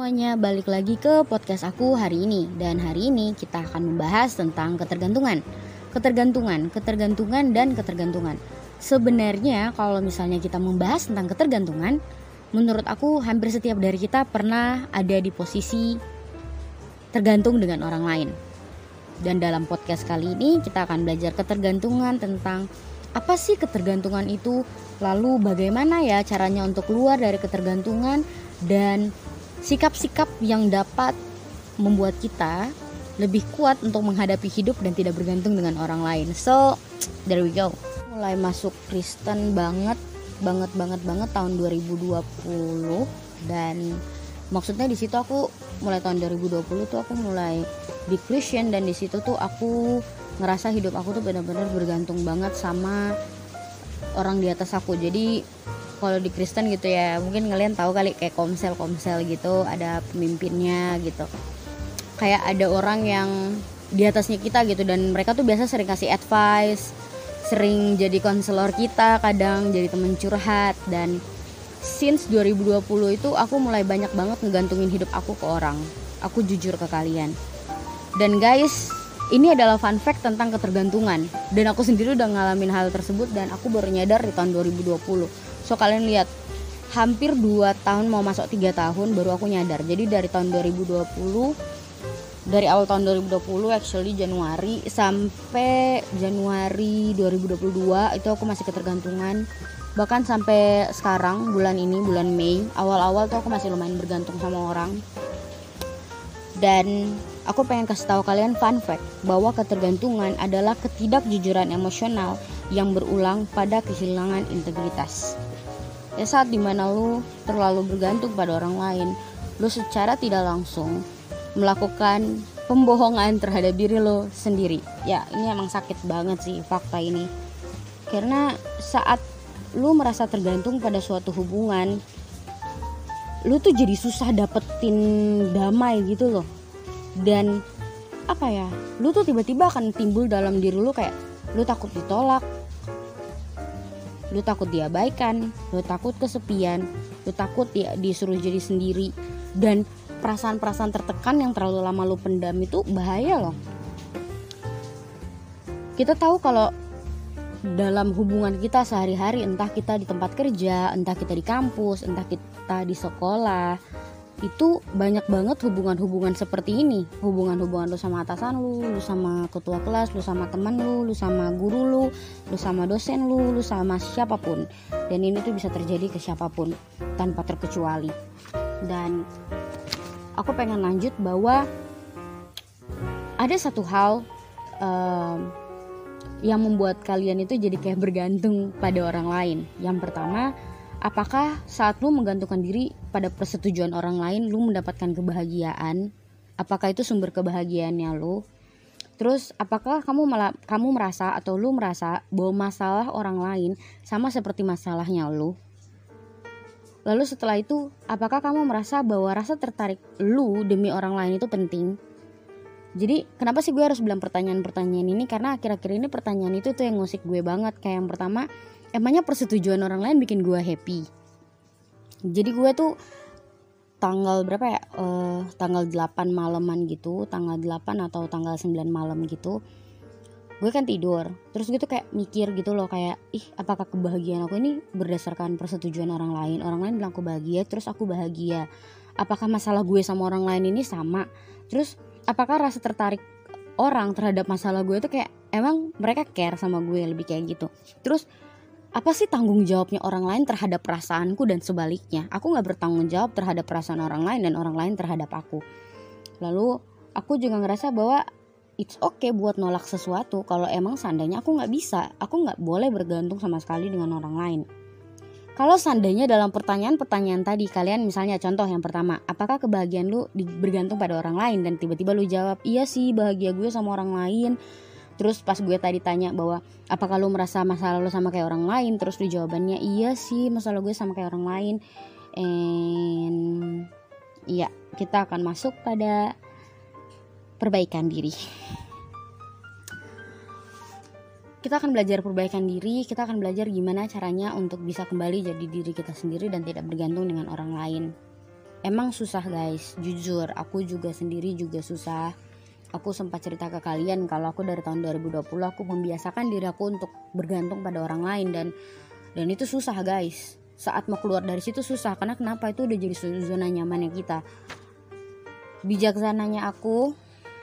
semuanya, balik lagi ke podcast aku hari ini. Dan hari ini kita akan membahas tentang ketergantungan, dan ketergantungan. Sebenarnya kalau misalnya kita membahas tentang ketergantungan, menurut aku hampir setiap dari kita pernah ada di posisi tergantung dengan orang lain. Dan dalam podcast kali ini kita akan belajar ketergantungan, tentang apa sih ketergantungan itu, lalu bagaimana ya caranya untuk keluar dari ketergantungan, dan sikap-sikap yang dapat membuat kita lebih kuat untuk menghadapi hidup dan tidak bergantung dengan orang lain. So, there we go. Mulai masuk Kristen banget tahun 2020, dan maksudnya di situ aku mulai tahun 2020 tuh aku mulai di Christian, dan di situ tuh aku ngerasa hidup aku tuh benar-benar bergantung banget sama orang di atas aku. Jadi kalau di Kristen gitu ya, mungkin kalian tahu kali kayak komsel gitu, ada pemimpinnya gitu. Kayak ada orang yang di atasnya kita gitu, dan mereka tuh biasa sering kasih advice, sering jadi konselor kita, kadang jadi temen curhat. Dan since 2020 itu aku mulai banyak banget ngegantungin hidup aku ke orang. Aku jujur ke kalian. Dan guys, ini adalah fun fact tentang ketergantungan, dan aku sendiri udah ngalamin hal tersebut, dan aku baru nyadar di tahun 2020. So kalian lihat, hampir 2 tahun mau masuk 3 tahun baru aku nyadar. Jadi dari tahun 2020, dari awal tahun 2020 actually Januari sampai Januari 2022 itu aku masih ketergantungan. Bahkan sampai sekarang bulan ini, bulan Mei, awal-awal tuh aku masih lumayan bergantung sama orang. Dan aku pengen kasih tahu kalian fun fact bahwa ketergantungan adalah ketidakjujuran emosional yang berulang pada kehilangan integritas. Ya, saat dimana lu terlalu bergantung pada orang lain, lu secara tidak langsung melakukan pembohongan terhadap diri lu sendiri. Ya, ini emang sakit banget sih fakta ini. Karena saat lu merasa tergantung pada suatu hubungan, lu tuh jadi susah dapetin damai gitu loh. Dan apa ya, lu tuh tiba-tiba akan timbul dalam diri lu kayak lu takut ditolak, lu takut diabaikan, lu takut kesepian, lu takut disuruh jadi sendiri. Dan perasaan-perasaan tertekan yang terlalu lama lu pendam itu bahaya loh. Kita tahu kalau dalam hubungan kita sehari-hari, entah kita di tempat kerja, entah kita di kampus, entah kita di sekolah, itu banyak banget hubungan-hubungan seperti ini. Hubungan-hubungan lu sama atasan lu sama ketua kelas, lu sama teman lu sama guru lu sama dosen lu sama siapapun. Dan ini tuh bisa terjadi ke siapapun tanpa terkecuali. Dan aku pengen lanjut bahwa ada satu hal yang membuat kalian itu jadi kayak bergantung pada orang lain. Yang pertama, apakah saat lu menggantungkan diri pada persetujuan orang lain, lu mendapatkan kebahagiaan? Apakah itu sumber kebahagiaannya lu? Terus apakah kamu merasa atau lu merasa bahwa masalah orang lain sama seperti masalahnya lu? Lalu setelah itu, apakah kamu merasa bahwa rasa tertarik lu demi orang lain itu penting? Jadi kenapa sih gue harus bilang pertanyaan-pertanyaan ini? Karena akhir-akhir ini pertanyaan itu tuh yang ngusik gue banget. Kayak yang pertama, emangnya persetujuan orang lain bikin gue happy? Jadi gue tuh tanggal berapa ya? Tanggal 8 malaman gitu, tanggal 8 atau tanggal 9 malam gitu. Gue kan tidur, terus gue tuh kayak mikir gitu loh, kayak apakah kebahagiaan aku ini berdasarkan persetujuan orang lain? Orang lain bilang aku bahagia, terus aku bahagia. Apakah masalah gue sama orang lain ini sama? Terus apakah rasa tertarik orang terhadap masalah gue itu kayak emang mereka care sama gue, lebih kayak gitu. Terus apa sih tanggung jawabnya orang lain terhadap perasaanku, dan sebaliknya aku gak bertanggung jawab terhadap perasaan orang lain dan orang lain terhadap aku. Lalu aku juga ngerasa bahwa it's okay buat nolak sesuatu kalau emang seandainya aku gak bisa, aku gak boleh bergantung sama sekali dengan orang lain. Kalau seandainya dalam pertanyaan-pertanyaan tadi kalian, misalnya contoh yang pertama, apakah kebahagiaan lu bergantung pada orang lain, dan tiba-tiba lu jawab iya sih, bahagia gue sama orang lain. Terus pas gue tadi tanya bahwa apakah lu merasa masalah lu sama kayak orang lain, terus lu jawabannya iya sih, masalah gue sama kayak orang lain. And iya, kita akan masuk pada perbaikan diri. Kita akan belajar perbaikan diri, kita akan belajar gimana caranya untuk bisa kembali jadi diri kita sendiri dan tidak bergantung dengan orang lain. Emang susah guys, jujur aku juga sendiri juga susah. Aku sempat cerita ke kalian kalau aku dari tahun 2020 aku membiasakan diri aku untuk bergantung pada orang lain, dan itu susah guys. Saat mau keluar dari situ susah, karena kenapa, itu udah jadi zona nyamannya kita. Bijaksananya aku,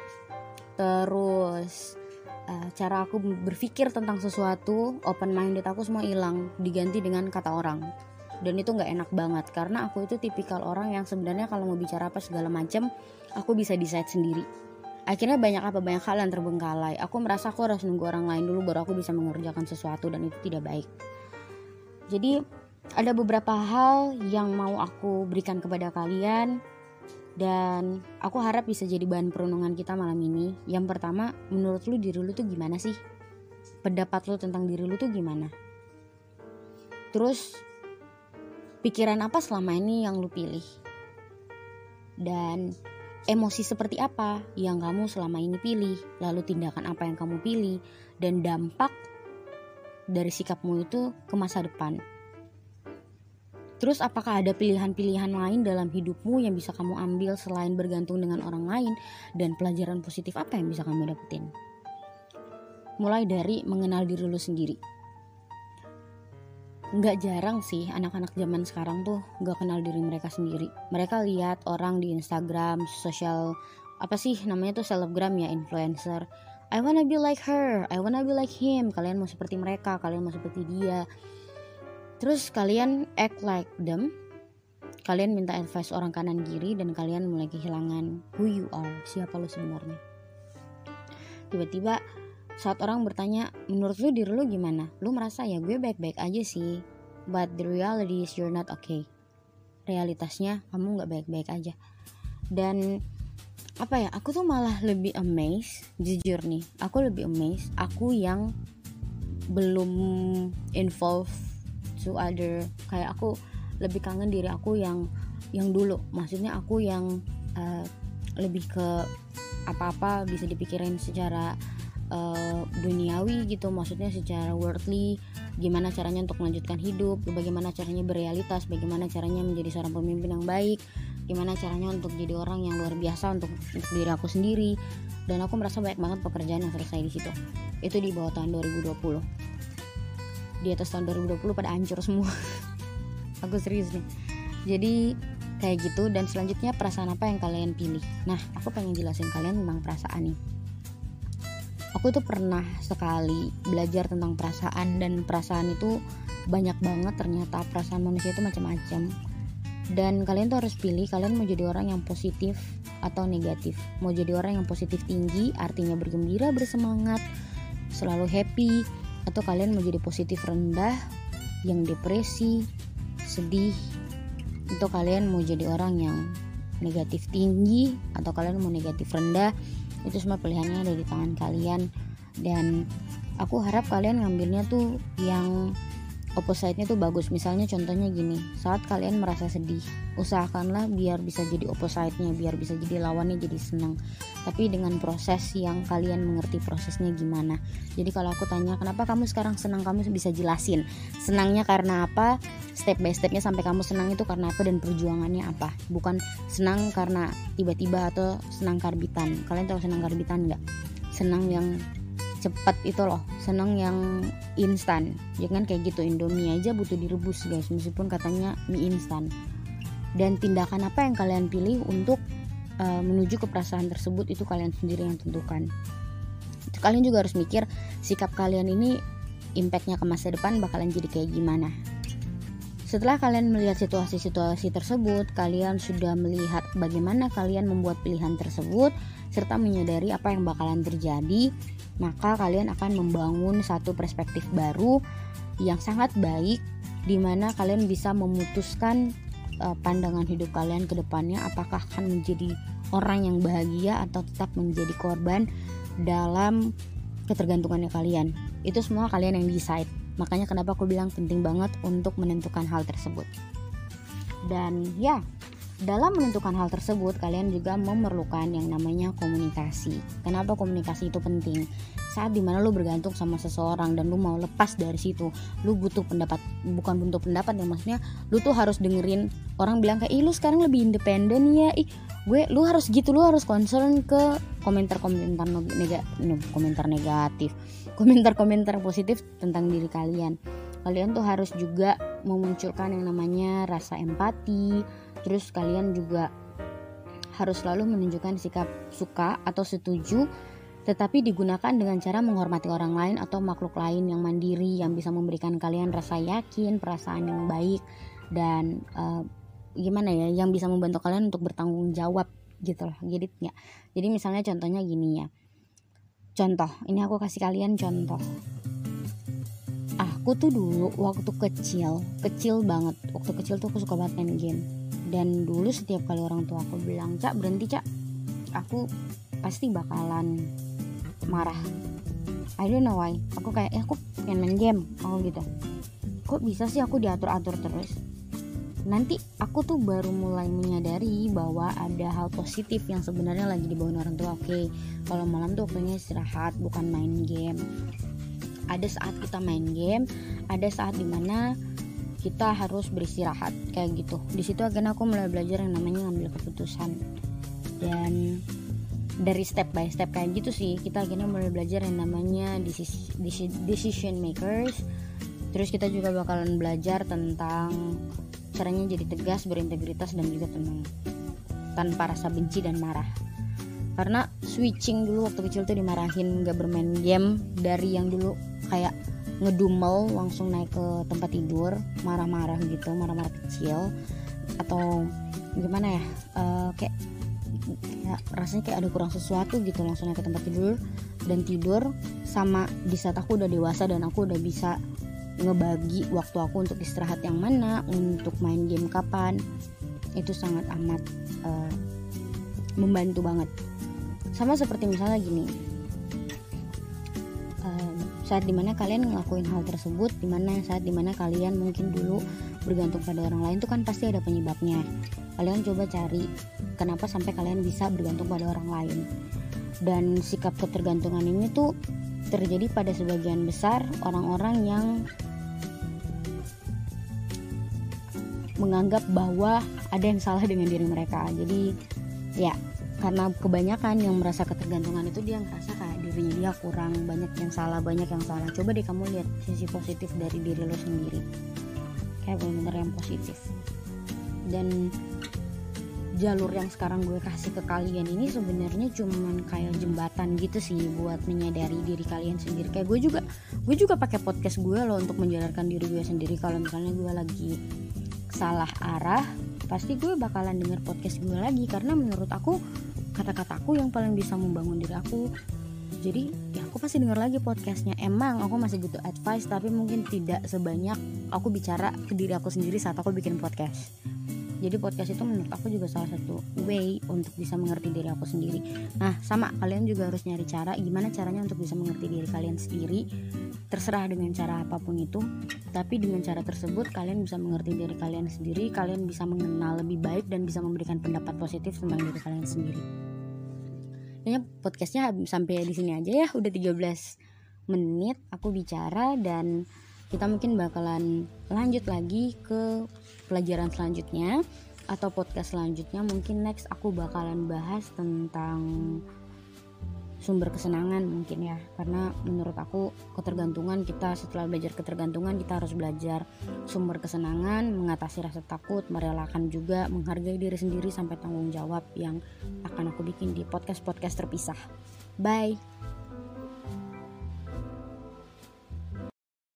terus cara aku berpikir tentang sesuatu, open minded aku semua hilang, diganti dengan kata orang. Dan itu gak enak banget, karena aku itu tipikal orang yang sebenarnya kalau mau bicara apa segala macam aku bisa decide sendiri. Akhirnya banyak hal yang terbengkalai. Aku merasa aku harus nunggu orang lain dulu baru aku bisa mengerjakan sesuatu, dan itu tidak baik. Jadi ada beberapa hal yang mau aku berikan kepada kalian, dan aku harap bisa jadi bahan perenungan kita malam ini. Yang pertama, menurut lu diri lu tuh gimana sih? Pendapat lu tentang diri lu tuh gimana? Terus pikiran apa selama ini yang lu pilih? Dan emosi seperti apa yang kamu selama ini pilih? Lalu tindakan apa yang kamu pilih? Dan dampak dari sikapmu itu ke masa depan. Terus apakah ada pilihan-pilihan lain dalam hidupmu yang bisa kamu ambil selain bergantung dengan orang lain? Dan pelajaran positif apa yang bisa kamu dapetin? Mulai dari mengenal diri lu sendiri. Nggak jarang sih anak-anak zaman sekarang tuh nggak kenal diri mereka sendiri. Mereka lihat orang di Instagram, sosial apa sih namanya tuh, selebgram ya, influencer. I wanna be like her, I wanna be like him. Kalian mau seperti mereka, kalian mau seperti dia. Terus kalian act like them. Kalian minta advice orang kanan kiri, dan kalian mulai kehilangan who you are, siapa lu sebenarnya. Tiba-tiba saat orang bertanya, menurut lu diri lu gimana? Lu merasa ya gue baik-baik aja sih. But the reality is you're not okay. Realitasnya kamu gak baik-baik aja. Dan apa ya, aku tuh malah lebih amazed, jujur nih, aku lebih amazed, aku yang belum involved to other, kayak aku lebih kangen diri aku yang dulu. Maksudnya aku yang lebih ke apa-apa bisa dipikirin secara duniawi gitu, maksudnya secara worldly, gimana caranya untuk melanjutkan hidup, bagaimana caranya berealitas, bagaimana caranya menjadi seorang pemimpin yang baik, gimana caranya untuk jadi orang yang luar biasa untuk diri aku sendiri. Dan aku merasa banyak banget pekerjaan yang selesai di situ. Itu di bawah tahun 2020. Di atas tahun 2020 pada hancur semua. Aku serius nih. Jadi kayak gitu. Dan selanjutnya, perasaan apa yang kalian pilih? Nah, aku pengen jelasin kalian tentang perasaan nih. Aku tuh pernah sekali belajar tentang perasaan, dan perasaan itu banyak banget ternyata. Perasaan manusia itu macam-macam, dan kalian tuh harus pilih, kalian mau jadi orang yang positif atau negatif. Mau jadi orang yang positif tinggi, artinya bergembira, bersemangat, selalu happy, atau kalian mau jadi positif rendah, yang depresi, sedih. Atau kalian mau jadi orang yang negatif tinggi, atau kalian mau negatif rendah. Itu semua pilihannya ada di tangan kalian. Dan aku harap kalian ngambilnya tuh yang opposite-nya tuh bagus. Misalnya contohnya gini, saat kalian merasa sedih, usahakanlah biar bisa jadi opposite-nya, biar bisa jadi lawannya, jadi senang. Tapi dengan proses yang kalian mengerti prosesnya gimana. Jadi kalau aku tanya, kenapa kamu sekarang senang, kamu bisa jelasin senangnya karena apa, step by stepnya sampai kamu senang itu karena apa, dan perjuangannya apa. Bukan senang karena tiba-tiba atau senang karbitan. Kalian tahu senang karbitan nggak? Senang yang cepat itu loh, senang yang instan. Jangan kayak gitu, Indomie aja butuh direbus guys, meskipun katanya mie instan. Dan tindakan apa yang kalian pilih untuk menuju ke perasaan tersebut, itu kalian sendiri yang tentukan. Kalian juga harus mikir sikap kalian ini impactnya ke masa depan bakalan jadi kayak gimana. Setelah kalian melihat situasi-situasi tersebut, kalian sudah melihat bagaimana kalian membuat pilihan tersebut, serta menyadari apa yang bakalan terjadi, maka kalian akan membangun satu perspektif baru yang sangat baik, di mana kalian bisa memutuskan pandangan hidup kalian ke depannya, apakah akan menjadi orang yang bahagia atau tetap menjadi korban dalam ketergantungannya kalian. Itu semua kalian yang decide. Makanya kenapa aku bilang penting banget untuk menentukan hal tersebut. Dan ya, dalam menentukan hal tersebut, kalian juga memerlukan yang namanya komunikasi. Kenapa komunikasi itu penting? Saat dimana lu bergantung sama seseorang dan lu mau lepas dari situ, lu butuh pendapat, bukan butuh pendapat ya, maksudnya lu tuh harus dengerin orang bilang kayak, ih lu sekarang lebih independen ya, lu harus gitu, lu harus concern ke komentar-komentar negatif, komentar-komentar positif tentang diri kalian. Kalian tuh harus juga memunculkan yang namanya rasa empati. Terus kalian juga harus selalu menunjukkan sikap suka atau setuju, tetapi digunakan dengan cara menghormati orang lain atau makhluk lain yang mandiri, yang bisa memberikan kalian rasa yakin, perasaan yang baik, dan yang bisa membantu kalian untuk bertanggung jawab gitu loh. Jadi misalnya contohnya gini ya. Contoh, ini aku kasih kalian contoh. Aku tuh dulu waktu kecil banget. Waktu kecil tuh aku suka banget main game. Dan dulu setiap kali orang tua aku bilang, "Cak, berhenti, Cak." Aku pasti bakalan marah. I don't know why. Aku kayak, aku pengen main game. Oh gitu. Kok bisa sih aku diatur-atur terus? Nanti aku tuh baru mulai menyadari bahwa ada hal positif yang sebenarnya lagi dibawain orang tua. Oke, kalau malam tuh waktunya istirahat, bukan main game. Ada saat kita main game, ada saat dimana kita harus beristirahat kayak gitu. Di situ akhirnya aku mulai belajar yang namanya ngambil keputusan, dan dari step by step kayak gitu sih kita akhirnya mulai belajar yang namanya decision makers. Terus kita juga bakalan belajar tentang caranya jadi tegas, berintegritas, dan juga tenang tanpa rasa benci dan marah. Karena switching dulu waktu kecil tuh dimarahin gak bermain game, dari yang dulu kayak ngedumel langsung naik ke tempat tidur, marah-marah kecil, atau gimana ya, kayak rasanya kayak ada kurang sesuatu gitu, langsung naik ke tempat tidur dan tidur. Sama di saat aku udah dewasa dan aku udah bisa ngebagi waktu aku untuk istirahat yang mana, untuk main game kapan, itu sangat amat membantu banget. Sama seperti misalnya gini, saat dimana kalian ngelakuin hal tersebut, saat dimana kalian mungkin dulu bergantung pada orang lain, itu kan pasti ada penyebabnya. Kalian coba cari kenapa sampai kalian bisa bergantung pada orang lain. Dan sikap ketergantungan ini tuh terjadi pada sebagian besar orang-orang yang menganggap bahwa ada yang salah dengan diri mereka. Jadi ya, karena kebanyakan yang merasa ketergantungan itu dia ngerasa kayak dirinya dia kurang, banyak yang salah. Coba deh kamu lihat sisi positif dari diri lo sendiri, kayak benar-benar yang positif. Dan jalur yang sekarang gue kasih ke kalian ini sebenarnya cuman kayak jembatan gitu sih buat menyadari diri kalian sendiri. Kayak gue juga pakai podcast gue loh untuk menjalarkan diri gue sendiri. Kalau misalnya gue lagi salah arah, pasti gue bakalan denger podcast gue lagi, karena menurut aku kata-kataku yang paling bisa membangun diri aku. Jadi ya aku pasti denger lagi podcastnya. Emang aku masih butuh advice, tapi mungkin tidak sebanyak aku bicara ke diri aku sendiri saat aku bikin podcast. Jadi podcast itu menurut aku juga salah satu way untuk bisa mengerti diri aku sendiri. Nah sama, kalian juga harus nyari cara gimana caranya untuk bisa mengerti diri kalian sendiri. Terserah dengan cara apapun itu, tapi dengan cara tersebut kalian bisa mengerti diri kalian sendiri. Kalian bisa mengenal lebih baik dan bisa memberikan pendapat positif tentang diri kalian sendiri. Kayaknya podcastnya sampai di sini aja ya. Udah 13 menit aku bicara, dan kita mungkin bakalan lanjut lagi ke pelajaran selanjutnya atau podcast selanjutnya. Mungkin next aku bakalan bahas tentang sumber kesenangan mungkin ya, karena menurut aku ketergantungan, kita setelah belajar ketergantungan kita harus belajar sumber kesenangan, mengatasi rasa takut, merelakan juga, menghargai diri sendiri, sampai tanggung jawab yang akan aku bikin di podcast terpisah. Bye.